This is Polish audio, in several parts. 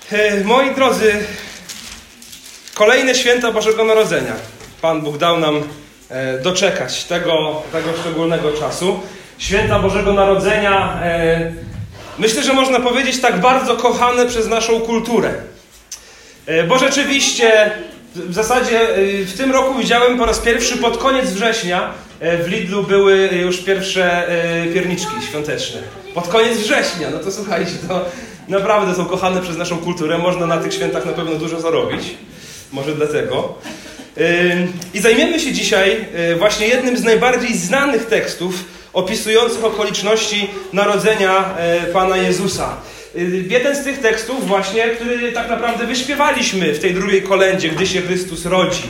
Moi drodzy, kolejne święta Bożego Narodzenia. Pan Bóg dał nam doczekać tego szczególnego czasu. Święta Bożego Narodzenia, myślę, że można powiedzieć tak bardzo kochane przez naszą kulturę. Bo rzeczywiście, w zasadzie w tym roku widziałem po raz pierwszy pod koniec września w Lidlu były już pierwsze pierniczki świąteczne. Pod koniec września, no to słuchajcie, to naprawdę są kochane przez naszą kulturę. Można na tych świętach na pewno dużo zarobić. Może dlatego. I zajmiemy się dzisiaj właśnie jednym z najbardziej znanych tekstów opisujących okoliczności narodzenia Pana Jezusa. Jeden z tych tekstów właśnie, który tak naprawdę wyśpiewaliśmy w tej drugiej kolędzie, gdy się Chrystus rodzi.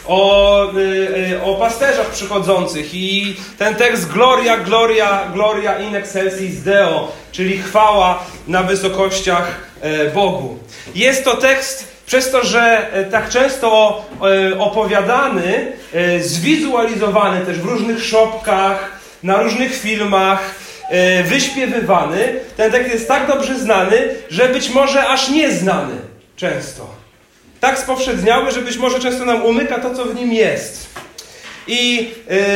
O pasterzach przychodzących i ten tekst Gloria, Gloria, Gloria in excelsis Deo, czyli chwała na wysokościach Bogu. Jest to tekst przez to, że tak często opowiadany, zwizualizowany też w różnych szopkach, na różnych filmach, wyśpiewywany, ten tekst jest tak dobrze znany, że być może aż nieznany często. Tak spowszedniały, że być może często nam umyka to, co w nim jest. I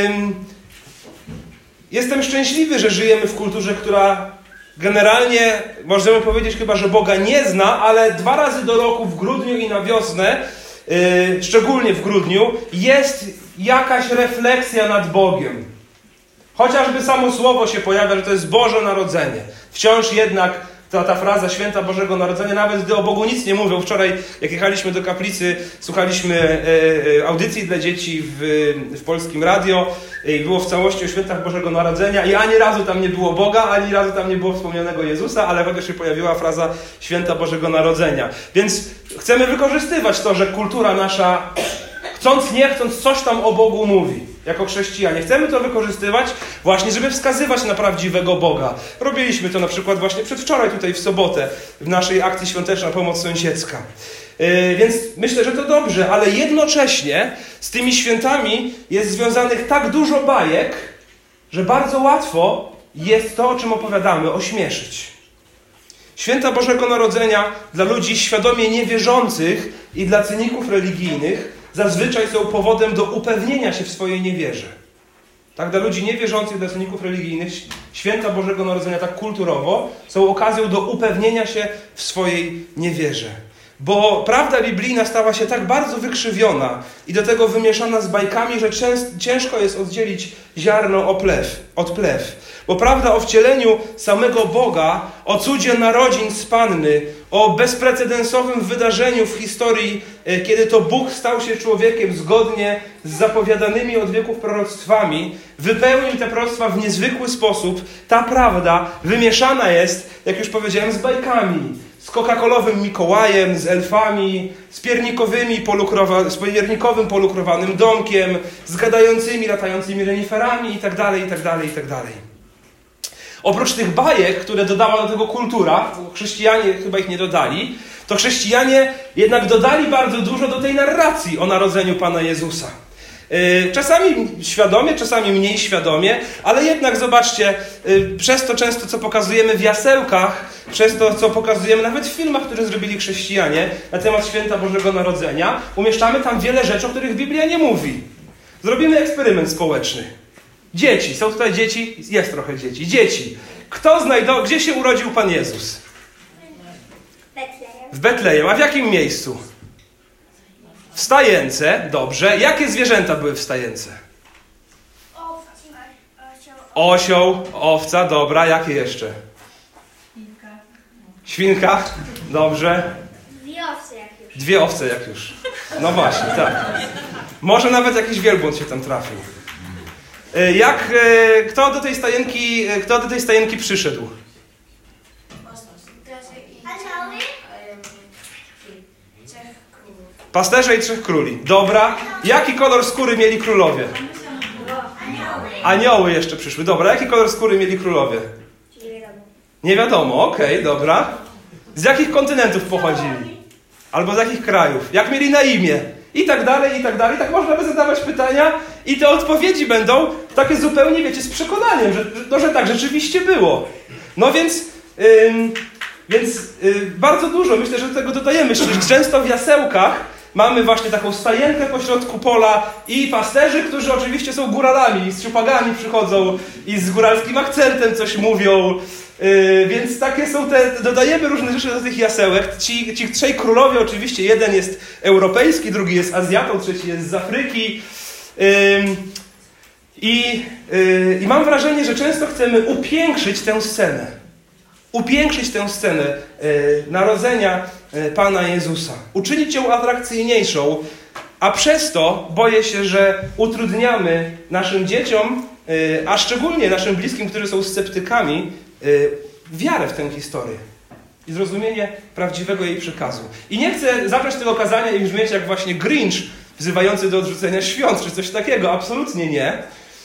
jestem szczęśliwy, że żyjemy w kulturze, która generalnie, możemy powiedzieć chyba, że Boga nie zna, ale 2 razy do roku, w grudniu i na wiosnę, szczególnie w grudniu, jest jakaś refleksja nad Bogiem. Chociażby samo słowo się pojawia, że to jest Boże Narodzenie. Wciąż jednak ta fraza Święta Bożego Narodzenia, nawet gdy o Bogu nic nie mówią. Wczoraj, jak jechaliśmy do kaplicy, słuchaliśmy audycji dla dzieci w Polskim Radio i było w całości o Świętach Bożego Narodzenia i ani razu tam nie było Boga, ani razu tam nie było wspomnianego Jezusa, ale chociaż się pojawiła fraza Święta Bożego Narodzenia. Więc chcemy wykorzystywać to, że kultura nasza, chcąc nie chcąc, coś tam o Bogu mówi. Jako chrześcijanie. Chcemy to wykorzystywać właśnie, żeby wskazywać na prawdziwego Boga. Robiliśmy to na przykład właśnie przedwczoraj tutaj w sobotę w naszej akcji Świąteczna Pomoc Sąsiedzka. Więc myślę, że to dobrze, ale jednocześnie z tymi świętami jest związanych tak dużo bajek, że bardzo łatwo jest to, o czym opowiadamy, ośmieszyć. Święta Bożego Narodzenia dla ludzi świadomie niewierzących i dla cyników religijnych zazwyczaj są powodem do upewnienia się w swojej niewierze. Tak, dla ludzi niewierzących, dla cyników religijnych, święta Bożego Narodzenia tak kulturowo są okazją do upewnienia się w swojej niewierze. Bo prawda biblijna stała się tak bardzo wykrzywiona i do tego wymieszana z bajkami, że ciężko jest oddzielić ziarno od plew. Bo prawda o wcieleniu samego Boga, o cudzie narodzin z Panny, o bezprecedensowym wydarzeniu w historii, kiedy to Bóg stał się człowiekiem zgodnie z zapowiadanymi od wieków proroctwami, wypełnił te proroctwa w niezwykły sposób. Ta prawda wymieszana jest, jak już powiedziałem, z bajkami. Z coca-colowym Mikołajem, z elfami, z piernikowym polukrowanym domkiem, z gadającymi, latającymi reniferami itd., itd., itd. Oprócz tych bajek, które dodała do tego kultura, chrześcijanie chyba ich nie dodali, to chrześcijanie jednak dodali bardzo dużo do tej narracji o narodzeniu Pana Jezusa. Czasami świadomie, czasami mniej świadomie, ale jednak zobaczcie, przez to często, co pokazujemy w jasełkach, przez to, co pokazujemy nawet w filmach, które zrobili chrześcijanie na temat Święta Bożego Narodzenia, umieszczamy tam wiele rzeczy, o których Biblia nie mówi. Zrobimy eksperyment społeczny. Dzieci, są tutaj dzieci? Jest trochę dzieci. Dzieci. Gdzie się urodził Pan Jezus? W Betlejem. A w jakim miejscu? W stajence. Dobrze. Jakie zwierzęta były w stajence? Osioł, owca. Dobra. Jakie jeszcze? Świnka. Dobrze. 2 owce jak już. 2 owce jak już. No właśnie, tak. Może nawet jakiś wielbłąd się tam trafił. Kto do tej stajenki przyszedł? Pasterze i 3 króli. Dobra. Jaki kolor skóry mieli królowie? Anioły jeszcze przyszły. Dobra. Jaki kolor skóry mieli królowie? Nie wiadomo. Okej, dobra. Z jakich kontynentów pochodzili? Albo z jakich krajów? Jak mieli na imię? I tak dalej, i tak dalej. Tak można by zadawać pytania i te odpowiedzi będą takie zupełnie, wiecie, z przekonaniem, że tak rzeczywiście było. No więc Więc bardzo dużo, myślę, że do tego dodajemy. Często w jasełkach mamy właśnie taką stajenkę pośrodku pola i pasterzy, którzy oczywiście są góralami, z siupagami przychodzą i z góralskim akcentem coś mówią. Więc takie są dodajemy różne rzeczy do tych jasełek. Ci trzej królowie oczywiście, jeden jest europejski, drugi jest Azjatą, trzeci jest z Afryki. I mam wrażenie, że często chcemy upiększyć tę scenę. Upiększyć tę scenę narodzenia Pana Jezusa. Uczynić ją atrakcyjniejszą, a przez to boję się, że utrudniamy naszym dzieciom, a szczególnie naszym bliskim, którzy są sceptykami, wiarę w tę historię i zrozumienie prawdziwego jej przekazu. I nie chcę zacząć tego kazania i brzmieć jak właśnie Grinch wzywający do odrzucenia świąt, czy coś takiego. Absolutnie nie.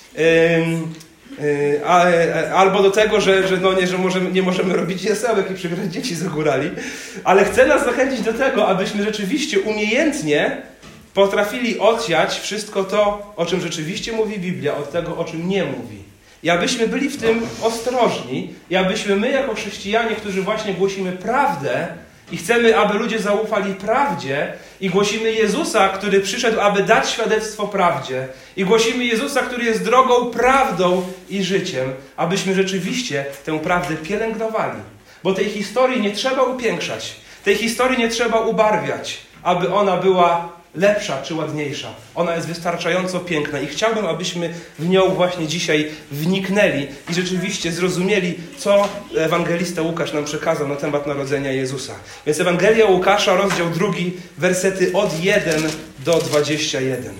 Albo do tego, że nie możemy robić jasełek i przygrać dzieci z górali. Ale chcę nas zachęcić do tego, abyśmy rzeczywiście umiejętnie potrafili odsiać wszystko to, o czym rzeczywiście mówi Biblia, od tego, o czym nie mówi. I abyśmy byli w tym ostrożni, i abyśmy my jako chrześcijanie, którzy właśnie głosimy prawdę i chcemy, aby ludzie zaufali prawdzie i głosimy Jezusa, który przyszedł, aby dać świadectwo prawdzie i głosimy Jezusa, który jest drogą, prawdą i życiem, abyśmy rzeczywiście tę prawdę pielęgnowali. Bo tej historii nie trzeba upiększać, tej historii nie trzeba ubarwiać, aby ona była lepsza czy ładniejsza. Ona jest wystarczająco piękna i chciałbym, abyśmy w nią właśnie dzisiaj wniknęli i rzeczywiście zrozumieli, co ewangelista Łukasz nam przekazał na temat narodzenia Jezusa. Więc Ewangelia Łukasza, rozdział 2, wersety od 1 do 21.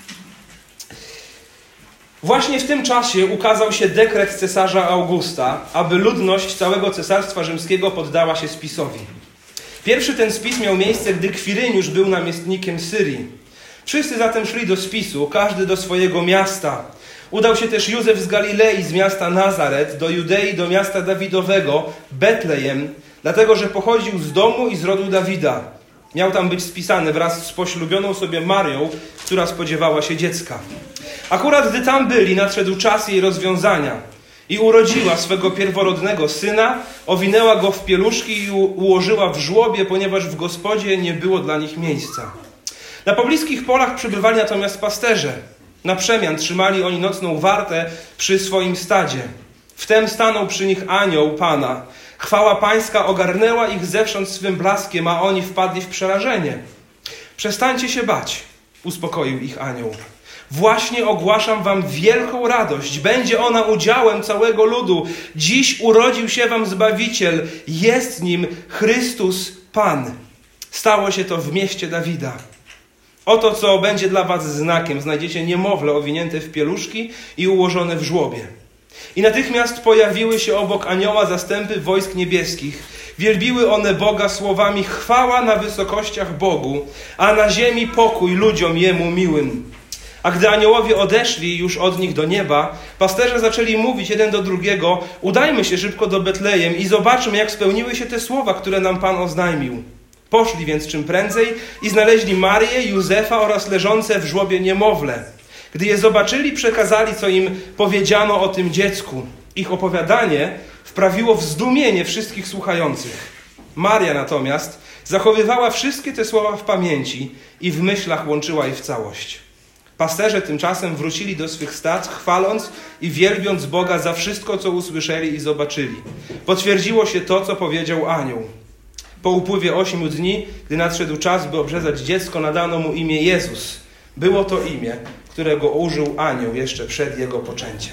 Właśnie w tym czasie ukazał się dekret cesarza Augusta, aby ludność całego cesarstwa rzymskiego poddała się spisowi. Pierwszy ten spis miał miejsce, gdy Kwiryniusz był namiestnikiem Syrii. Wszyscy zatem szli do spisu, każdy do swojego miasta. Udał się też Józef z Galilei, z miasta Nazaret, do Judei, do miasta Dawidowego, Betlejem, dlatego, że pochodził z domu i z rodu Dawida. Miał tam być spisany wraz z poślubioną sobie Marią, która spodziewała się dziecka. Akurat gdy tam byli, nadszedł czas jej rozwiązania. I urodziła swego pierworodnego syna, owinęła go w pieluszki i ułożyła w żłobie, ponieważ w gospodzie nie było dla nich miejsca. Na pobliskich polach przybywali natomiast pasterze. Na przemian trzymali oni nocną wartę przy swoim stadzie. Wtem stanął przy nich anioł Pana. Chwała Pańska ogarnęła ich zewsząd swym blaskiem, a oni wpadli w przerażenie. Przestańcie się bać, uspokoił ich anioł. Właśnie ogłaszam wam wielką radość. Będzie ona udziałem całego ludu. Dziś urodził się wam Zbawiciel. Jest nim Chrystus Pan. Stało się to w mieście Dawida. Oto, co będzie dla was znakiem. Znajdziecie niemowlę owinięte w pieluszki i ułożone w żłobie. I natychmiast pojawiły się obok anioła zastępy wojsk niebieskich. Wielbiły one Boga słowami: chwała na wysokościach Bogu, a na ziemi pokój ludziom Jemu miłym. A gdy aniołowie odeszli już od nich do nieba, pasterze zaczęli mówić jeden do drugiego: udajmy się szybko do Betlejem i zobaczmy, jak spełniły się te słowa, które nam Pan oznajmił. Poszli więc czym prędzej i znaleźli Marię, Józefa oraz leżące w żłobie niemowlę. Gdy je zobaczyli, przekazali, co im powiedziano o tym dziecku. Ich opowiadanie wprawiło w zdumienie wszystkich słuchających. Maria natomiast zachowywała wszystkie te słowa w pamięci i w myślach łączyła je w całość. Pasterze tymczasem wrócili do swych stad, chwaląc i wielbiąc Boga za wszystko, co usłyszeli i zobaczyli. Potwierdziło się to, co powiedział anioł. Po upływie 8 dni, gdy nadszedł czas, by obrzezać dziecko, nadano mu imię Jezus. Było to imię, którego użył anioł jeszcze przed jego poczęciem.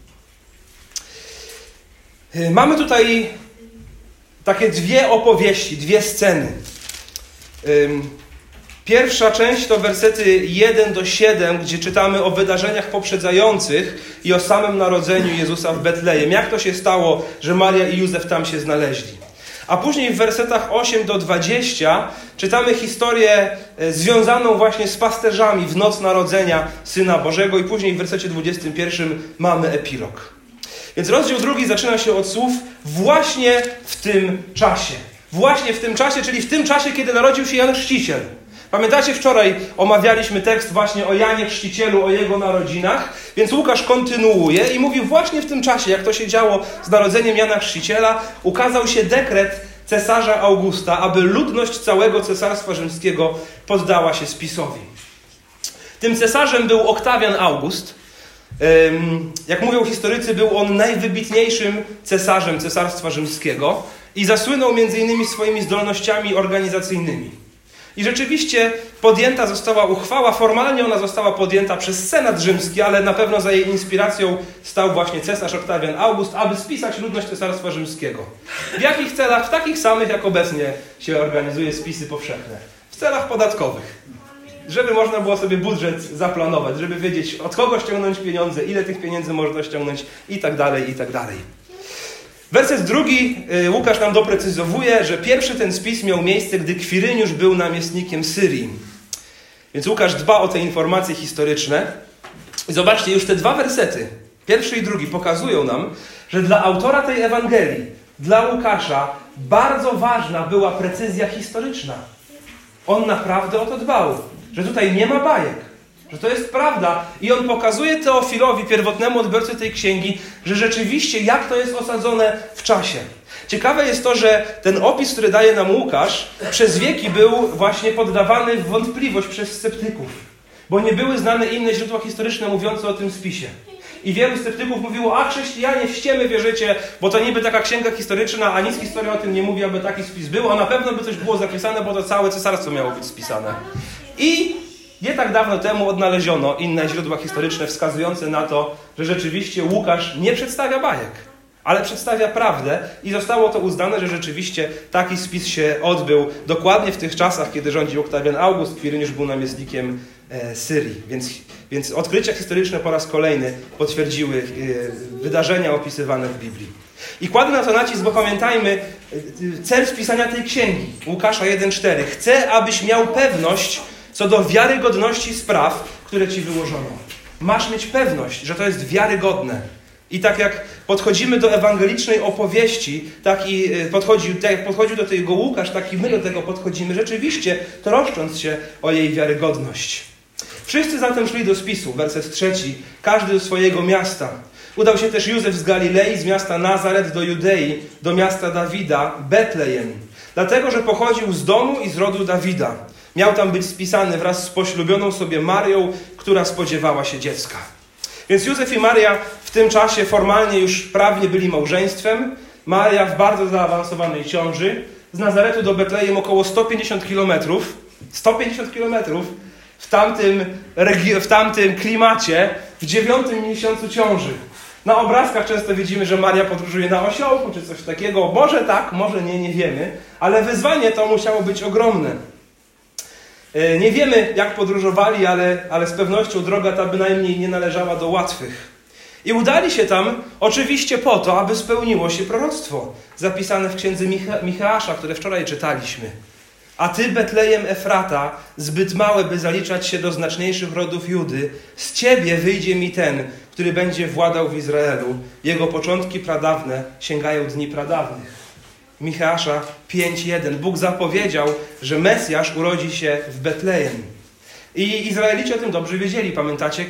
Mamy tutaj takie dwie opowieści, dwie sceny. Pierwsza część to wersety 1 do 7, gdzie czytamy o wydarzeniach poprzedzających i o samym narodzeniu Jezusa w Betlejem. Jak to się stało, że Maria i Józef tam się znaleźli. A później w wersetach 8 do 20 czytamy historię związaną właśnie z pasterzami w noc narodzenia Syna Bożego i później w wersecie 21 mamy epilog. Więc rozdział 2 zaczyna się od słów właśnie w tym czasie. Właśnie w tym czasie, czyli w tym czasie, kiedy narodził się Jan Chrzciciel. Pamiętacie, wczoraj omawialiśmy tekst właśnie o Janie Chrzcicielu, o jego narodzinach, więc Łukasz kontynuuje i mówi właśnie w tym czasie, jak to się działo z narodzeniem Jana Chrzciciela, ukazał się dekret cesarza Augusta, aby ludność całego Cesarstwa Rzymskiego poddała się spisowi. Tym cesarzem był Oktawian August. Jak mówią historycy, był on najwybitniejszym cesarzem Cesarstwa Rzymskiego i zasłynął m.in. swoimi zdolnościami organizacyjnymi. I rzeczywiście podjęta została uchwała, formalnie ona została podjęta przez Senat Rzymski, ale na pewno za jej inspiracją stał właśnie cesarz Oktawian August, aby spisać ludność Cesarstwa Rzymskiego. W jakich celach? W takich samych, jak obecnie się organizuje spisy powszechne. W celach podatkowych. Żeby można było sobie budżet zaplanować, żeby wiedzieć, od kogo ściągnąć pieniądze, ile tych pieniędzy można ściągnąć i tak dalej, i tak dalej. Werset 2 Łukasz nam doprecyzowuje, że pierwszy ten spis miał miejsce, gdy Kwiryniusz był namiestnikiem Syrii. Więc Łukasz dba o te informacje historyczne. I zobaczcie, już te dwa wersety, pierwszy i drugi, pokazują nam, że dla autora tej Ewangelii, dla Łukasza, bardzo ważna była precyzja historyczna. On naprawdę o to dbał, że tutaj nie ma bajek, że to jest prawda. I on pokazuje Teofilowi, pierwotnemu odbiorcy tej księgi, że rzeczywiście jak to jest osadzone w czasie. Ciekawe jest to, że ten opis, który daje nam Łukasz, przez wieki był właśnie poddawany w wątpliwość przez sceptyków, bo nie były znane inne źródła historyczne mówiące o tym spisie. I wielu sceptyków mówiło, a chrześcijanie w ściemy wierzycie, bo to niby taka księga historyczna, a nic historia o tym nie mówi, aby taki spis był, a na pewno by coś było zapisane, bo to całe cesarstwo miało być spisane. I nie tak dawno temu odnaleziono inne źródła historyczne wskazujące na to, że rzeczywiście Łukasz nie przedstawia bajek, ale przedstawia prawdę i zostało to uznane, że rzeczywiście taki spis się odbył dokładnie w tych czasach, kiedy rządził Oktawian August, Kwiryniusz był namiestnikiem Syrii. Więc odkrycia historyczne po raz kolejny potwierdziły wydarzenia opisywane w Biblii. I kładę na to nacisk, bo pamiętajmy cel spisania tej księgi. Łukasza 1,4. Chcę, abyś miał pewność co do wiarygodności spraw, które ci wyłożono. Masz mieć pewność, że to jest wiarygodne. I tak jak podchodzimy do ewangelicznej opowieści, tak jak podchodził do tego Łukasz, tak i my do tego podchodzimy, rzeczywiście troszcząc się o jej wiarygodność. Wszyscy zatem szli do spisu, werset 3, każdy do swojego miasta. Udał się też Józef z Galilei, z miasta Nazaret do Judei, do miasta Dawida, Betlejem. Dlatego, że pochodził z domu i z rodu Dawida. Miał tam być spisany wraz z poślubioną sobie Marią, która spodziewała się dziecka. Więc Józef i Maria w tym czasie formalnie już prawnie byli małżeństwem. Maria w bardzo zaawansowanej ciąży. Z Nazaretu do Betlejem około 150 kilometrów. 150 kilometrów w tamtym klimacie w 9 miesiącu ciąży. Na obrazkach często widzimy, że Maria podróżuje na osiołku czy coś takiego. Może tak, może nie wiemy. Ale wyzwanie to musiało być ogromne. Nie wiemy, jak podróżowali, ale z pewnością droga ta bynajmniej nie należała do łatwych. I udali się tam oczywiście po to, aby spełniło się proroctwo zapisane w księdze Micheasza, które wczoraj czytaliśmy. A ty, Betlejem Efrata, zbyt małe, by zaliczać się do znaczniejszych rodów Judy, z ciebie wyjdzie mi ten, który będzie władał w Izraelu. Jego początki pradawne sięgają dni pradawnych. Micheasza 5:1. Bóg zapowiedział, że Mesjasz urodzi się w Betlejem. I Izraelici o tym dobrze wiedzieli. Pamiętacie,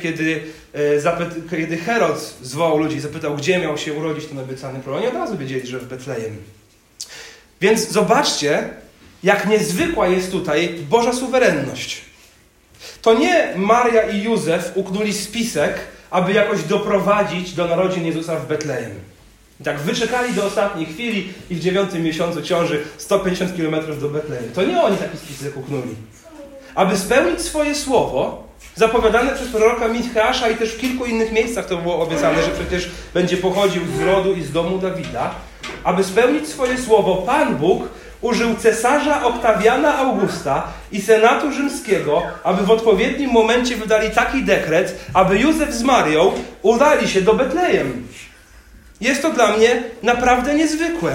kiedy Herod zwołał ludzi i zapytał, gdzie miał się urodzić ten obiecany prorok? Oni od razu wiedzieli, że w Betlejem. Więc zobaczcie, jak niezwykła jest tutaj Boża suwerenność. To nie Maria i Józef uknuli spisek, aby jakoś doprowadzić do narodzin Jezusa w Betlejem. I tak wyczekali do ostatniej chwili i w 9 miesiącu ciąży 150 km do Betlejem. To nie oni taki spisek uknuli. Aby spełnić swoje słowo, zapowiadane przez proroka Micheasza i też w kilku innych miejscach to było obiecane, że przecież będzie pochodził z rodu i z domu Dawida. Aby spełnić swoje słowo, Pan Bóg użył cesarza Oktawiana Augusta i Senatu Rzymskiego, aby w odpowiednim momencie wydali taki dekret, aby Józef z Marią udali się do Betlejem. Jest to dla mnie naprawdę niezwykłe.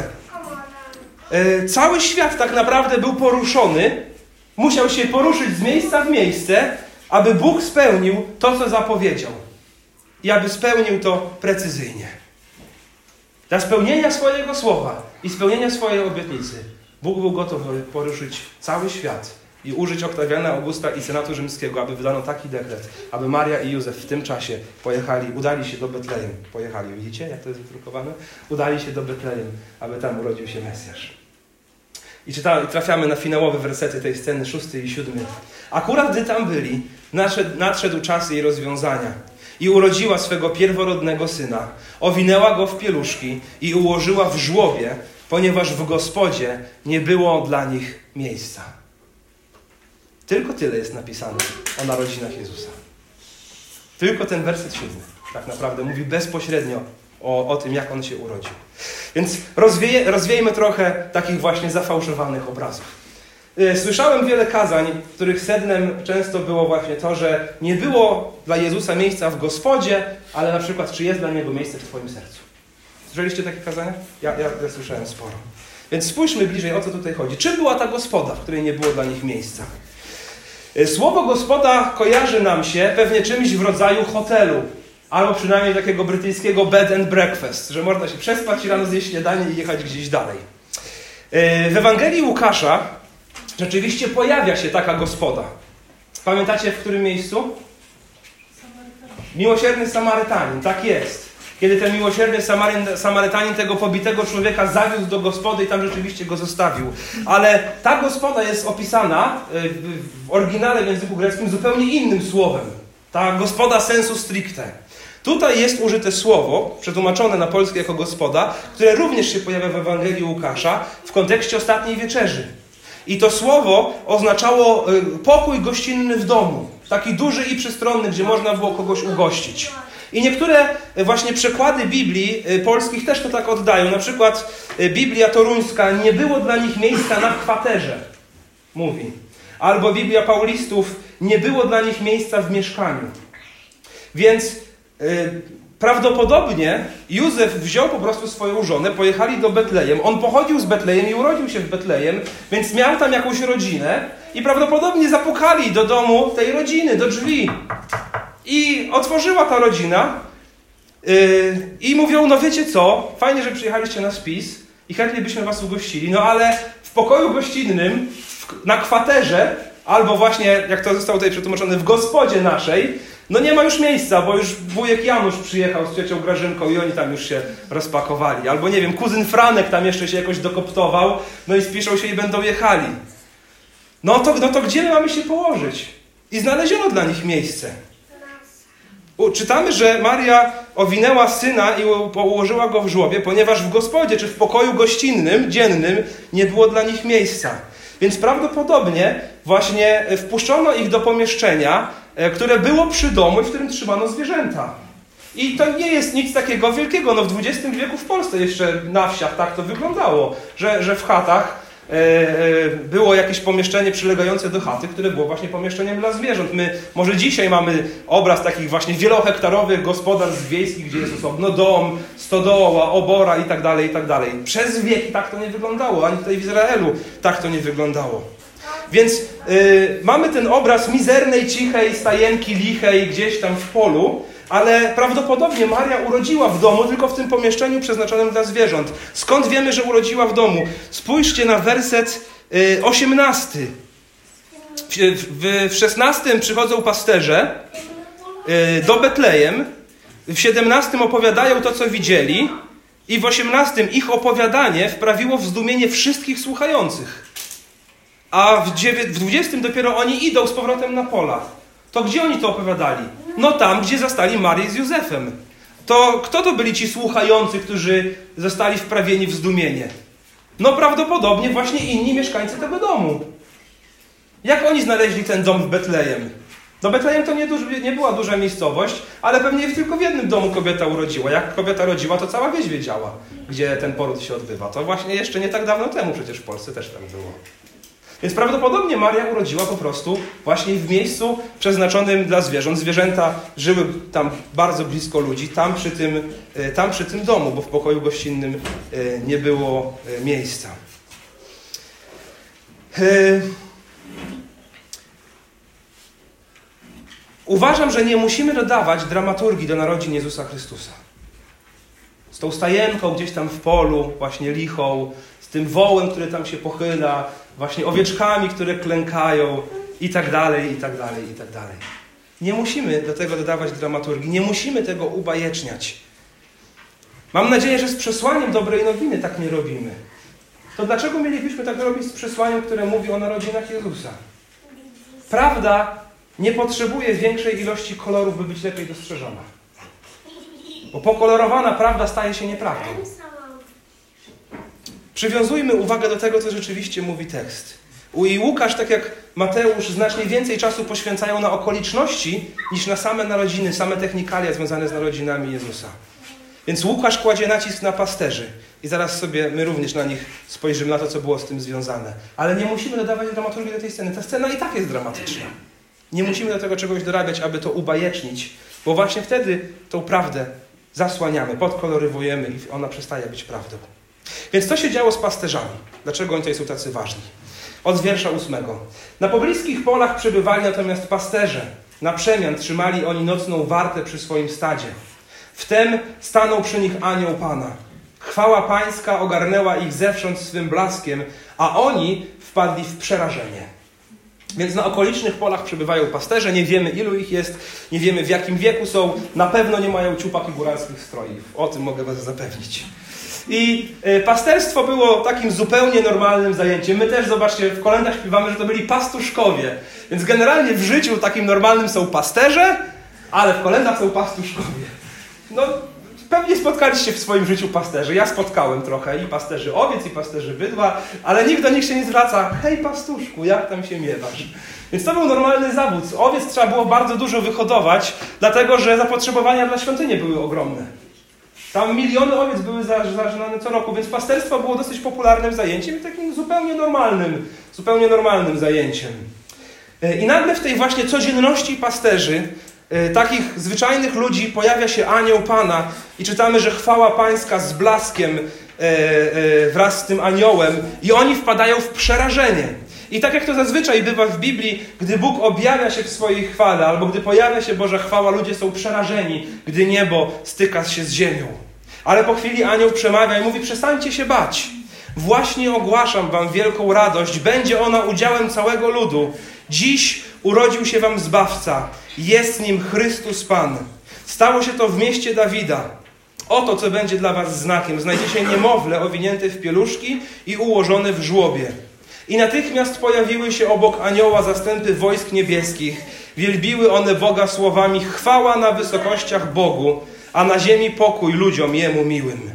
Cały świat tak naprawdę był poruszony, musiał się poruszyć z miejsca w miejsce, aby Bóg spełnił to, co zapowiedział. I aby spełnił to precyzyjnie. Dla spełnienia swojego słowa i spełnienia swojej obietnicy Bóg był gotowy poruszyć cały świat i użyć Oktawiana Augusta i Senatu Rzymskiego, aby wydano taki dekret, aby Maria i Józef w tym czasie udali się do Betlejem. Widzicie, jak to jest wydrukowane? Udali się do Betlejem, aby tam urodził się Mesjasz. I trafiamy na finałowe wersety tej sceny, 6 i 7. Akurat gdy tam byli, nadszedł czas jej rozwiązania. I urodziła swego pierworodnego syna. Owinęła go w pieluszki i ułożyła w żłobie, ponieważ w Gospodzie nie było dla nich miejsca. Tylko tyle jest napisane o narodzinach Jezusa. Tylko ten werset 7 tak naprawdę mówi bezpośrednio o tym, jak On się urodził. Więc rozwiejmy trochę takich właśnie zafałszowanych obrazów. Słyszałem wiele kazań, w których sednem często było właśnie to, że nie było dla Jezusa miejsca w Gospodzie, ale na przykład, czy jest dla Niego miejsce w Twoim sercu. Słyszeliście takie kazania? Ja słyszałem sporo. Więc spójrzmy bliżej, o co tutaj chodzi. Czym była ta gospoda, w której nie było dla nich miejsca? Słowo gospoda kojarzy nam się pewnie czymś w rodzaju hotelu, albo przynajmniej takiego brytyjskiego bed and breakfast, że można się przespać i rano zjeść śniadanie i jechać gdzieś dalej. W Ewangelii Łukasza rzeczywiście pojawia się taka gospoda. Pamiętacie w którym miejscu? Miłosierny Samarytanin, tak jest. Kiedy ten miłosierny Samarytanin tego pobitego człowieka zawiózł do gospody i tam rzeczywiście go zostawił. Ale ta gospoda jest opisana w oryginale w języku greckim zupełnie innym słowem. Ta gospoda sensu stricte. Tutaj jest użyte słowo, przetłumaczone na polskie jako gospoda, które również się pojawia w Ewangelii Łukasza w kontekście ostatniej wieczerzy. I to słowo oznaczało pokój gościnny w domu. Taki duży i przestronny, gdzie można było kogoś ugościć. I niektóre właśnie przekłady Biblii polskich też to tak oddają. Na przykład Biblia toruńska, nie było dla nich miejsca na kwaterze, mówi. Albo Biblia Paulistów, nie było dla nich miejsca w mieszkaniu. Więc prawdopodobnie Józef wziął po prostu swoją żonę, pojechali do Betlejem. On pochodził z Betlejem i urodził się w Betlejem, więc miał tam jakąś rodzinę i prawdopodobnie zapukali do domu tej rodziny, do drzwi. I otworzyła ta rodzina i mówią, no wiecie co, fajnie, że przyjechaliście na spis i chętnie byśmy was ugościli, no ale w pokoju gościnnym, na kwaterze, albo właśnie, jak to zostało tutaj przetłumaczone, w gospodzie naszej, no nie ma już miejsca, bo już wujek Janusz przyjechał z ciocią Grażynką i oni tam już się rozpakowali. Albo nie wiem, kuzyn Franek tam jeszcze się jakoś dokoptował, no i spiszą się i będą jechali. No to gdzie my mamy się położyć? I znaleziono dla nich miejsce. Czytamy, że Maria owinęła syna i ułożyła go w żłobie, ponieważ w gospodzie czy w pokoju gościnnym, dziennym nie było dla nich miejsca. Więc prawdopodobnie właśnie wpuszczono ich do pomieszczenia, które było przy domu i w którym trzymano zwierzęta. I to nie jest nic takiego wielkiego. No w XX wieku w Polsce jeszcze na wsiach tak to wyglądało, że w chatach było jakieś pomieszczenie przylegające do chaty, które było właśnie pomieszczeniem dla zwierząt. My może dzisiaj mamy obraz takich właśnie wielohektarowych gospodarstw wiejskich, gdzie jest osobno dom, stodoła, obora i tak dalej, i tak dalej. Przez wieki tak to nie wyglądało, ani tutaj w Izraelu tak to nie wyglądało. Więc mamy ten obraz mizernej, cichej stajenki lichej gdzieś tam w polu, ale prawdopodobnie Maria urodziła w domu, tylko w tym pomieszczeniu przeznaczonym dla zwierząt. Skąd wiemy, że urodziła w domu? Spójrzcie na werset 18. W 16 przychodzą pasterze do Betlejem, w 17 opowiadają to, co widzieli i w 18 ich opowiadanie wprawiło w zdumienie wszystkich słuchających. A w 20 dopiero oni idą z powrotem na pola. To gdzie oni to opowiadali? No tam, gdzie zastali Marię z Józefem. To kto to byli ci słuchający, którzy zostali wprawieni w zdumienie? No prawdopodobnie właśnie inni mieszkańcy tego domu. Jak oni znaleźli ten dom w Betlejem? No Betlejem to nie była duża miejscowość, ale pewnie tylko w jednym domu kobieta urodziła. Jak kobieta rodziła, to cała wieś wiedziała, gdzie ten poród się odbywa. To właśnie jeszcze nie tak dawno temu przecież w Polsce też tak było. Więc prawdopodobnie Maria urodziła po prostu właśnie w miejscu przeznaczonym dla zwierząt. Zwierzęta żyły tam bardzo blisko ludzi, tam przy tym domu, bo w pokoju gościnnym nie było miejsca. Uważam, że nie musimy dodawać dramaturgii do narodzin Jezusa Chrystusa. Z tą stajenką gdzieś tam w polu, właśnie lichą, z tym wołem, który tam się pochyla, właśnie owieczkami, które klękają i tak dalej, i tak dalej, i tak dalej. Nie musimy do tego dodawać dramaturgii, nie musimy tego ubajeczniać. Mam nadzieję, że z przesłaniem dobrej nowiny tak nie robimy. to dlaczego mielibyśmy tak robić z przesłaniem, które mówi o narodzinach Jezusa? Prawda nie potrzebuje większej ilości kolorów, by być lepiej dostrzeżona. Bo pokolorowana prawda staje się nieprawdą. Przywiązujmy uwagę do tego, co rzeczywiście mówi tekst. I Łukasz, tak jak Mateusz, znacznie więcej czasu poświęcają na okoliczności niż na same narodziny, same technikalia związane z narodzinami Jezusa. Więc Łukasz kładzie nacisk na pasterzy. I zaraz sobie my również na nich spojrzymy, na to, co było z tym związane. Ale nie musimy dodawać dramaturgii do tej sceny. Ta scena i tak jest dramatyczna. Nie musimy do tego czegoś dorabiać, aby to ubajecznić, bo właśnie wtedy tą prawdę zasłaniamy, podkolorowujemy i ona przestaje być prawdą. Więc co się działo z pasterzami? Dlaczego oni tutaj są tacy ważni? Od wiersza 8. Na pobliskich polach przebywali natomiast pasterze. Na przemian trzymali oni nocną wartę przy swoim stadzie. Wtem stanął przy nich anioł Pana. Chwała Pańska ogarnęła ich zewsząd swym blaskiem, a oni wpadli w przerażenie. Więc na okolicznych polach przebywają pasterze, nie wiemy ilu ich jest, nie wiemy w jakim wieku są, na pewno nie mają ciupak i góralskich strojów. O tym mogę was zapewnić. I pasterstwo było takim zupełnie normalnym zajęciem. My też, zobaczcie, w kolędach śpiewamy, że to byli pastuszkowie. Więc generalnie w życiu takim normalnym są pasterze, ale w kolędach są pastuszkowie. No, pewnie spotkaliście w swoim życiu pasterzy. Ja spotkałem trochę i pasterzy owiec, i pasterzy bydła, ale nikt do nich się nie zwraca. Hej pastuszku, jak tam się miewasz? Więc to był normalny zawód. Z owiec trzeba było bardzo dużo wyhodować, dlatego że zapotrzebowania dla świątyni były ogromne. Tam miliony owiec były zażynane co roku, więc pasterstwo było dosyć popularnym zajęciem i takim zupełnie normalnym zajęciem. I nagle w tej właśnie codzienności pasterzy, takich zwyczajnych ludzi, pojawia się anioł Pana i czytamy, że chwała Pańska z blaskiem wraz z tym aniołem i oni wpadają w przerażenie. I tak jak to zazwyczaj bywa w Biblii, gdy Bóg objawia się w swojej chwale albo gdy pojawia się Boża chwała, ludzie są przerażeni, gdy niebo styka się z ziemią. Ale po chwili anioł przemawia i mówi: przestańcie się bać. Właśnie ogłaszam wam wielką radość. Będzie ona udziałem całego ludu. Dziś urodził się wam Zbawca. Jest nim Chrystus Pan. Stało się to w mieście Dawida. Oto, co będzie dla was znakiem. Znajdziecie niemowlę owinięte w pieluszki i ułożone w żłobie. I natychmiast pojawiły się obok anioła zastępy wojsk niebieskich. Wielbiły one Boga słowami: chwała na wysokościach Bogu, a na ziemi pokój ludziom Jemu miłym.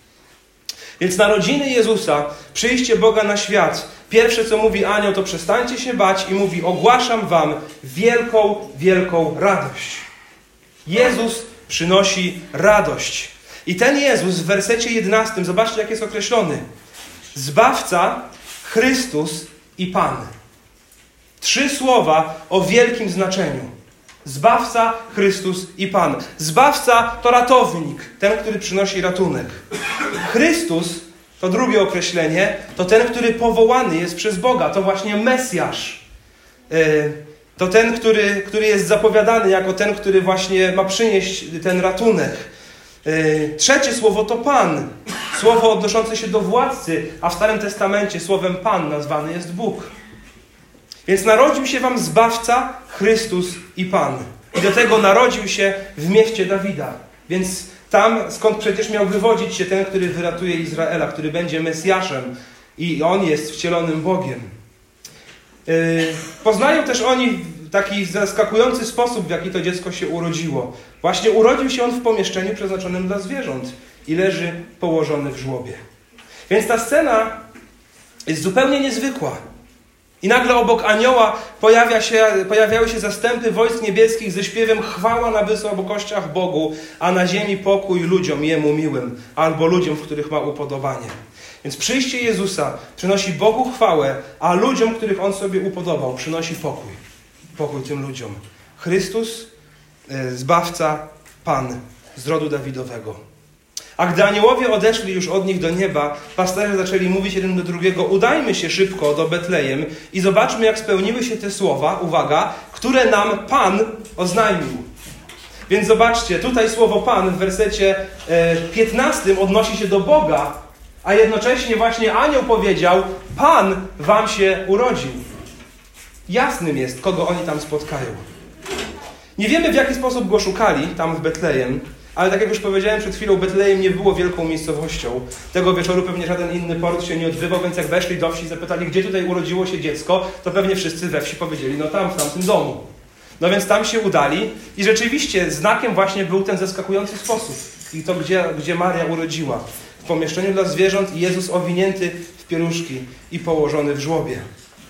Więc narodziny Jezusa, przyjście Boga na świat, pierwsze co mówi anioł, to przestańcie się bać i mówi: ogłaszam wam wielką, wielką radość. Jezus przynosi radość. I ten Jezus w wersecie 11, zobaczcie jak jest określony. Zbawca, Chrystus i Pan. 3 słowa o wielkim znaczeniu. Zbawca, Chrystus i Pan. Zbawca to ratownik, ten, który przynosi ratunek. Chrystus, to drugie określenie, to ten, który powołany jest przez Boga. To właśnie Mesjasz. To ten, który jest zapowiadany jako ten, który właśnie ma przynieść ten ratunek. Trzecie słowo to Pan. Słowo odnoszące się do władcy, a w Starym Testamencie słowem Pan nazwany jest Bóg. Więc narodził się wam Zbawca, Chrystus i Pan. I do tego narodził się w mieście Dawida. Więc tam, skąd przecież miał wywodzić się ten, który wyratuje Izraela, który będzie Mesjaszem. I On jest wcielonym Bogiem. Poznają też oni w taki zaskakujący sposób, w jaki to dziecko się urodziło. Właśnie urodził się on w pomieszczeniu przeznaczonym dla zwierząt i leży położony w żłobie. Więc ta scena jest zupełnie niezwykła. I nagle obok anioła pojawiały się zastępy wojsk niebieskich ze śpiewem chwała na wysokościach Bogu, a na ziemi pokój ludziom Jemu miłym, albo ludziom, w których ma upodobanie. Więc przyjście Jezusa przynosi Bogu chwałę, a ludziom, których On sobie upodobał, przynosi pokój. Pokój tym ludziom. Chrystus, Zbawca, Pan z rodu Dawidowego. A gdy aniołowie odeszli już od nich do nieba, pasterze zaczęli mówić jeden do drugiego: udajmy się szybko do Betlejem i zobaczmy, jak spełniły się te słowa, uwaga, które nam Pan oznajmił. Więc zobaczcie, tutaj słowo Pan w wersecie 15 odnosi się do Boga, a jednocześnie właśnie anioł powiedział: Pan wam się urodził. Jasnym jest, kogo oni tam spotkają. Nie wiemy, w jaki sposób go szukali tam w Betlejem, Ale tak jak już powiedziałem przed chwilą, Betlejem nie było wielką miejscowością. Tego wieczoru pewnie żaden inny port się nie odbywał, więc jak weszli do wsi i zapytali, gdzie tutaj urodziło się dziecko, to pewnie wszyscy we wsi powiedzieli, no tam, w tamtym domu. No więc tam się udali i rzeczywiście znakiem właśnie był ten zaskakujący sposób. I to, gdzie Maria urodziła. W pomieszczeniu dla zwierząt i Jezus owinięty w pieluszki i położony w żłobie.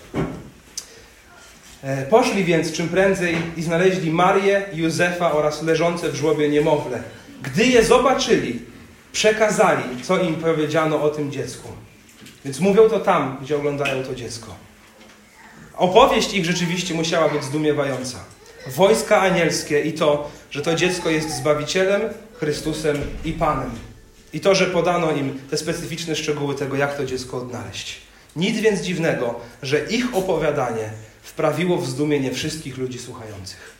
Poszli więc czym prędzej i znaleźli Marię, Józefa oraz leżące w żłobie niemowlę. Gdy je zobaczyli, przekazali, co im powiedziano o tym dziecku. Więc mówią to tam, gdzie oglądają to dziecko. Opowieść ich rzeczywiście musiała być zdumiewająca. Wojska anielskie i to, że to dziecko jest Zbawicielem, Chrystusem i Panem. I to, że podano im te specyficzne szczegóły tego, jak to dziecko odnaleźć. Nic więc dziwnego, że ich opowiadanie wprawiło w zdumienie wszystkich ludzi słuchających.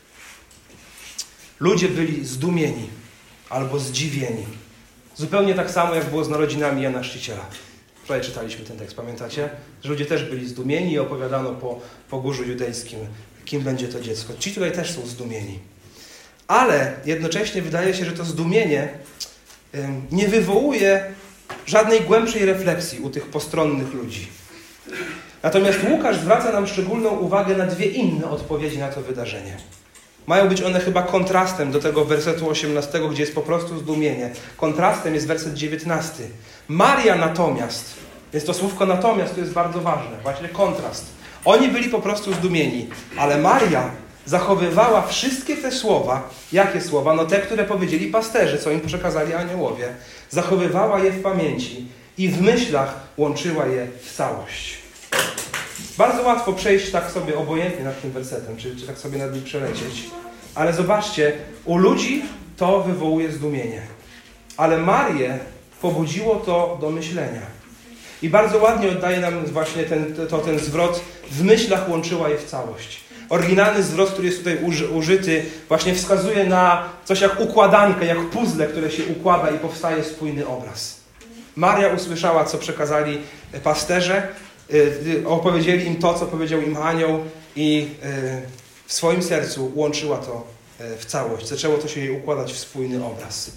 Ludzie byli zdumieni albo zdziwieni. Zupełnie tak samo, jak było z narodzinami Jana Chrzciciela. Wczoraj czytaliśmy ten tekst, pamiętacie? Że ludzie też byli zdumieni i opowiadano po górzu judejskim, kim będzie to dziecko. Ci tutaj też są zdumieni. Ale jednocześnie wydaje się, że to zdumienie nie wywołuje żadnej głębszej refleksji u tych postronnych ludzi. Natomiast Łukasz zwraca nam szczególną uwagę na dwie inne odpowiedzi na to wydarzenie. Mają być one chyba kontrastem do tego wersetu 18, gdzie jest po prostu zdumienie. Kontrastem jest werset 19. Maria natomiast, więc to słówko natomiast to jest bardzo ważne, właśnie kontrast. Oni byli po prostu zdumieni, ale Maria zachowywała wszystkie te słowa. Jakie słowa? No te, które powiedzieli pasterze, co im przekazali aniołowie. Zachowywała je w pamięci i w myślach łączyła je w całość. Bardzo łatwo przejść tak sobie obojętnie nad tym wersetem, czy tak sobie nad nim przelecieć. Ale zobaczcie, u ludzi to wywołuje zdumienie. Ale Marię pobudziło to do myślenia. I bardzo ładnie oddaje nam właśnie ten zwrot, w myślach łączyła je w całość. Oryginalny zwrot, który jest tutaj użyty, właśnie wskazuje na coś jak układankę, jak puzzle, które się układa i powstaje spójny obraz. Maria usłyszała, co przekazali pasterze, opowiedzieli im to, co powiedział im anioł i w swoim sercu łączyła to w całość. Zaczęło to się jej układać w spójny obraz.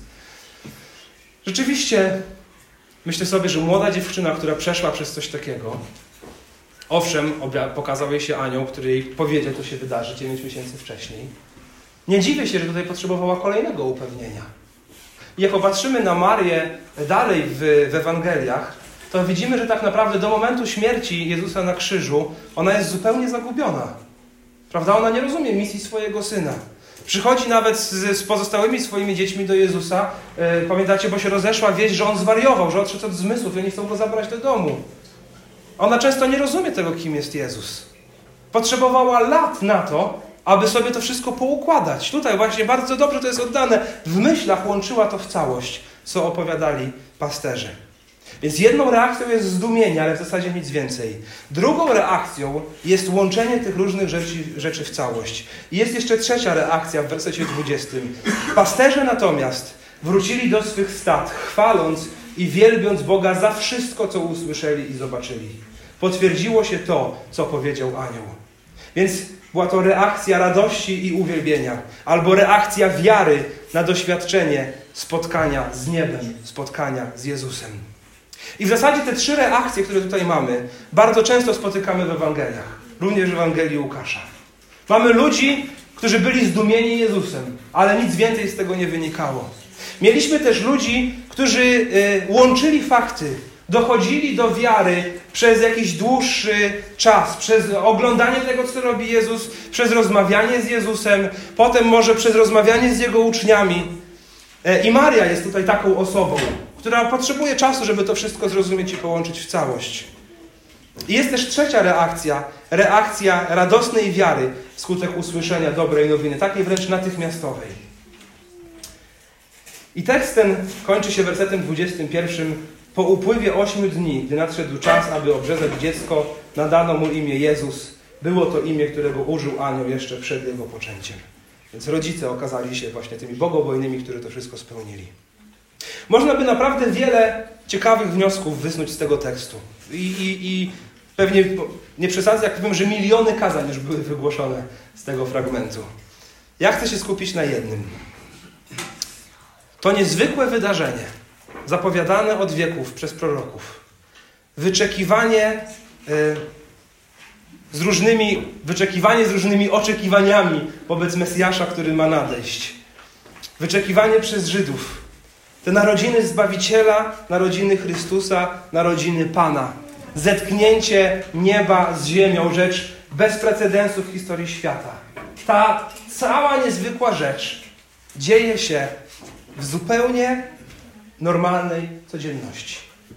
Rzeczywiście myślę sobie, że młoda dziewczyna, która przeszła przez coś takiego, owszem, pokazał jej się anioł, który jej powiedział, co się wydarzy 9 miesięcy wcześniej. Nie dziwię się, że tutaj potrzebowała kolejnego upewnienia. I jak popatrzymy na Marię dalej w Ewangeliach, to widzimy, że tak naprawdę do momentu śmierci Jezusa na krzyżu ona jest zupełnie zagubiona. Prawda? Ona nie rozumie misji swojego Syna. Przychodzi nawet z pozostałymi swoimi dziećmi do Jezusa. Pamiętacie, bo się rozeszła wieść, że On zwariował, że odszedł od zmysłów i oni chcą Go zabrać do domu. Ona często nie rozumie tego, kim jest Jezus. Potrzebowała lat na to, aby sobie to wszystko poukładać. Tutaj właśnie bardzo dobrze to jest oddane. W myślach łączyła to w całość, co opowiadali pasterze. Więc jedną reakcją jest zdumienie, ale w zasadzie nic więcej. Drugą reakcją jest łączenie tych różnych rzeczy w całość. I jest jeszcze trzecia reakcja w wersecie 20. Pasterze natomiast wrócili do swych stad, chwaląc i wielbiąc Boga za wszystko, co usłyszeli i zobaczyli. Potwierdziło się to, co powiedział anioł. Więc była to reakcja radości i uwielbienia, albo reakcja wiary na doświadczenie spotkania z niebem, spotkania z Jezusem. I w zasadzie te trzy reakcje, które tutaj mamy, bardzo często spotykamy w Ewangeliach, również w Ewangelii Łukasza. Mamy ludzi, którzy byli zdumieni Jezusem, ale nic więcej z tego nie wynikało. Mieliśmy też ludzi, którzy łączyli fakty, dochodzili do wiary przez jakiś dłuższy czas, przez oglądanie tego, co robi Jezus, przez rozmawianie z Jezusem, potem może przez rozmawianie z Jego uczniami. I Maria jest tutaj taką osobą, która potrzebuje czasu, żeby to wszystko zrozumieć i połączyć w całość. I jest też trzecia reakcja radosnej wiary wskutek usłyszenia dobrej nowiny, takiej wręcz natychmiastowej. I tekst ten kończy się wersetem 21. Po upływie 8 dni, gdy nadszedł czas, aby obrzezać dziecko, nadano mu imię Jezus. Było to imię, którego użył anioł jeszcze przed jego poczęciem. Więc rodzice okazali się właśnie tymi bogobojnymi, którzy to wszystko spełnili. Można by naprawdę wiele ciekawych wniosków wysnuć z tego tekstu. I pewnie nie przesadzę, jak powiem, że miliony kazań już były wygłoszone z tego fragmentu. Ja chcę się skupić na jednym. To niezwykłe wydarzenie, zapowiadane od wieków przez proroków. Wyczekiwanie z różnymi oczekiwaniami wobec Mesjasza, który ma nadejść. Wyczekiwanie przez Żydów. Te narodziny Zbawiciela, narodziny Chrystusa, narodziny Pana. Zetknięcie nieba z ziemią, rzecz bez precedensu w historii świata. Ta cała niezwykła rzecz dzieje się w zupełnie normalnej codzienności.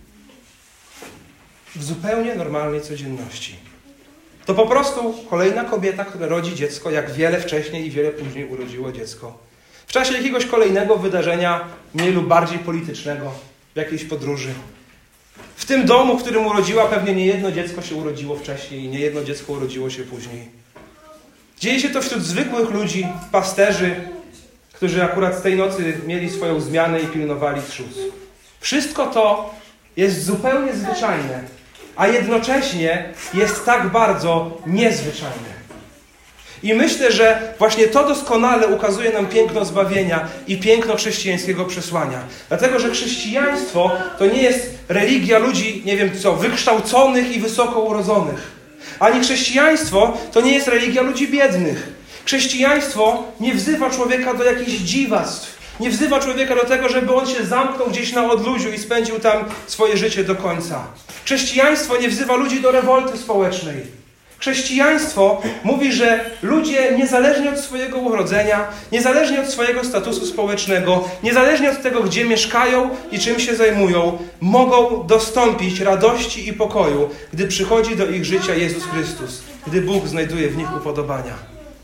W zupełnie normalnej codzienności. To po prostu kolejna kobieta, która rodzi dziecko, jak wiele wcześniej i wiele później urodziło dziecko. W czasie jakiegoś kolejnego wydarzenia, mniej lub bardziej politycznego, w jakiejś podróży. W tym domu, w którym urodziła, pewnie nie jedno dziecko się urodziło wcześniej i nie jedno dziecko urodziło się później. Dzieje się to wśród zwykłych ludzi, pasterzy, którzy akurat z tej nocy mieli swoją zmianę i pilnowali trzus. Wszystko to jest zupełnie zwyczajne, a jednocześnie jest tak bardzo niezwyczajne. I myślę, że właśnie to doskonale ukazuje nam piękno zbawienia i piękno chrześcijańskiego przesłania. Dlatego, że chrześcijaństwo to nie jest religia ludzi, wykształconych i wysoko urodzonych. Ani chrześcijaństwo to nie jest religia ludzi biednych. Chrześcijaństwo nie wzywa człowieka do jakichś dziwactw. Nie wzywa człowieka do tego, żeby on się zamknął gdzieś na odludziu i spędził tam swoje życie do końca. Chrześcijaństwo nie wzywa ludzi do rewolty społecznej. Chrześcijaństwo mówi, że ludzie niezależnie od swojego urodzenia, niezależnie od swojego statusu społecznego, niezależnie od tego, gdzie mieszkają i czym się zajmują, mogą dostąpić radości i pokoju, gdy przychodzi do ich życia Jezus Chrystus, gdy Bóg znajduje w nich upodobania.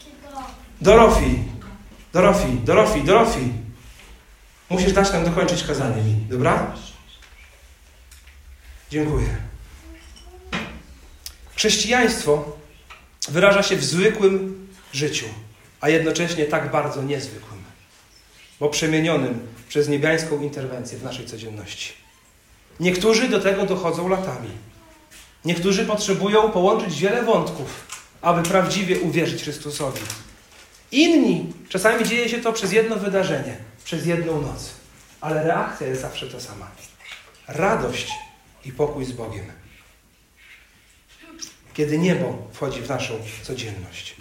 Dorofi. Musisz dać nam dokończyć kazanie mi, dobra? Dziękuję. Chrześcijaństwo wyraża się w zwykłym życiu, a jednocześnie tak bardzo niezwykłym, bo przemienionym przez niebiańską interwencję w naszej codzienności. Niektórzy do tego dochodzą latami. Niektórzy potrzebują połączyć wiele wątków, aby prawdziwie uwierzyć Chrystusowi. Inni, czasami dzieje się to przez jedno wydarzenie, przez jedną noc, ale reakcja jest zawsze ta sama. Radość i pokój z Bogiem. Kiedy niebo wchodzi w naszą codzienność.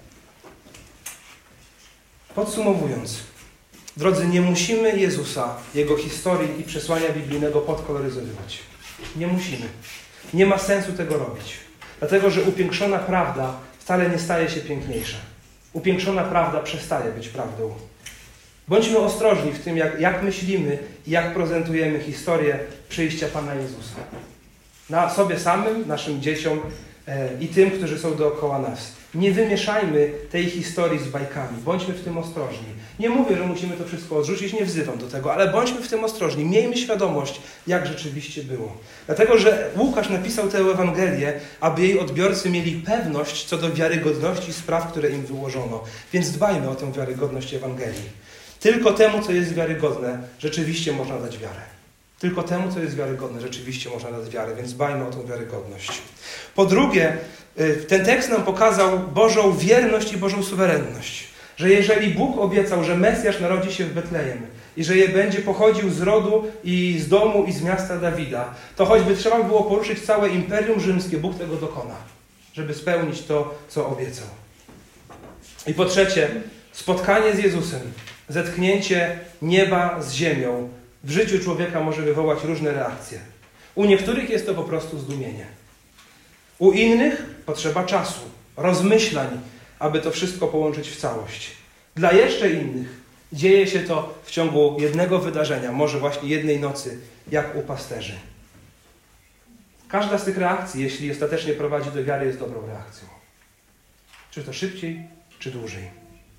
Podsumowując, drodzy, nie musimy Jezusa, Jego historii i przesłania biblijnego podkoloryzowywać. Nie musimy. Nie ma sensu tego robić. Dlatego, że upiększona prawda wcale nie staje się piękniejsza. Upiększona prawda przestaje być prawdą. Bądźmy ostrożni w tym, jak myślimy i jak prezentujemy historię przyjścia Pana Jezusa. Na sobie samym, naszym dzieciom i tym, którzy są dookoła nas. Nie wymieszajmy tej historii z bajkami. Bądźmy w tym ostrożni. Nie mówię, że musimy to wszystko odrzucić, nie wzywam do tego, ale bądźmy w tym ostrożni. Miejmy świadomość, jak rzeczywiście było. Dlatego, że Łukasz napisał tę Ewangelię, aby jej odbiorcy mieli pewność co do wiarygodności spraw, które im wyłożono. Więc dbajmy o tę wiarygodność Ewangelii. Tylko temu, co jest wiarygodne, rzeczywiście można dać wiarę. Tylko temu, co jest wiarygodne, rzeczywiście można dać wiarę, więc dbajmy o tą wiarygodność. Po drugie, ten tekst nam pokazał Bożą wierność i Bożą suwerenność. Że jeżeli Bóg obiecał, że Mesjasz narodzi się w Betlejem i że je będzie pochodził z rodu i z domu i z miasta Dawida, to choćby trzeba było poruszyć całe Imperium Rzymskie, Bóg tego dokona, żeby spełnić to, co obiecał. I po trzecie, spotkanie z Jezusem, zetknięcie nieba z ziemią w życiu człowieka może wywołać różne reakcje. U niektórych jest to po prostu zdumienie. U innych potrzeba czasu, rozmyślań, aby to wszystko połączyć w całość. Dla jeszcze innych dzieje się to w ciągu jednego wydarzenia, może właśnie jednej nocy, jak u pasterzy. Każda z tych reakcji, jeśli ostatecznie prowadzi do wiary, jest dobrą reakcją. Czy to szybciej, czy dłużej.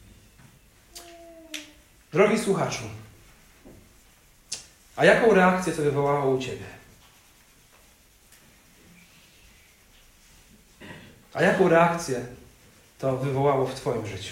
Drogi słuchaczu, a jaką reakcję to wywołało u Ciebie? A jaką reakcję to wywołało w Twoim życiu?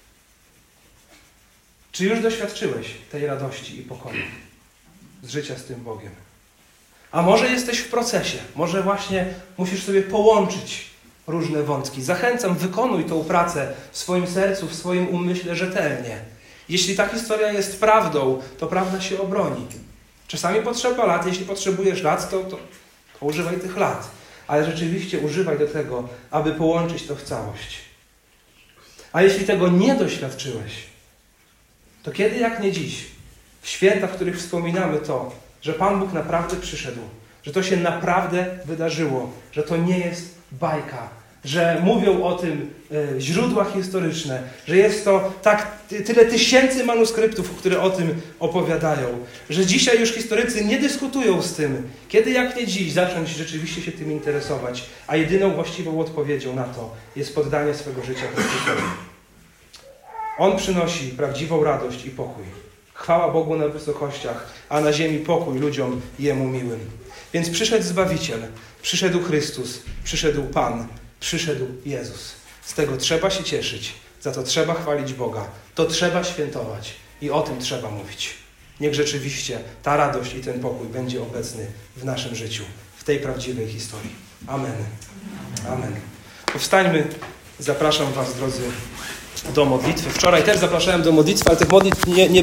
Czy już doświadczyłeś tej radości i pokoju z życia z tym Bogiem? A może jesteś w procesie, może właśnie musisz sobie połączyć różne wątki. Zachęcam, wykonuj tą pracę w swoim sercu, w swoim umyśle rzetelnie. Jeśli ta historia jest prawdą, to prawda się obroni. Czasami potrzeba lat. Jeśli potrzebujesz lat, to używaj tych lat. Ale rzeczywiście używaj do tego, aby połączyć to w całość. A jeśli tego nie doświadczyłeś, to kiedy jak nie dziś, w święta, w których wspominamy to, że Pan Bóg naprawdę przyszedł, że to się naprawdę wydarzyło, że to nie jest bajka, że mówią o tym źródła historyczne, że jest to tyle tysięcy manuskryptów, które o tym opowiadają, że dzisiaj już historycy nie dyskutują z tym, kiedy jak nie dziś zacząć rzeczywiście się tym interesować, a jedyną właściwą odpowiedzią na to jest poddanie swego życia Chrystusowi. On przynosi prawdziwą radość i pokój. Chwała Bogu na wysokościach, a na ziemi pokój ludziom Jemu miłym. Więc przyszedł Zbawiciel, przyszedł Chrystus, przyszedł Pan, przyszedł Jezus. Z tego trzeba się cieszyć, za to trzeba chwalić Boga, to trzeba świętować i o tym trzeba mówić. Niech rzeczywiście ta radość i ten pokój będzie obecny w naszym życiu, w tej prawdziwej historii. Amen. Amen. Powstańmy, zapraszam Was, drodzy, do modlitwy. Wczoraj też zapraszałem do modlitwy, ale tych modlitw nie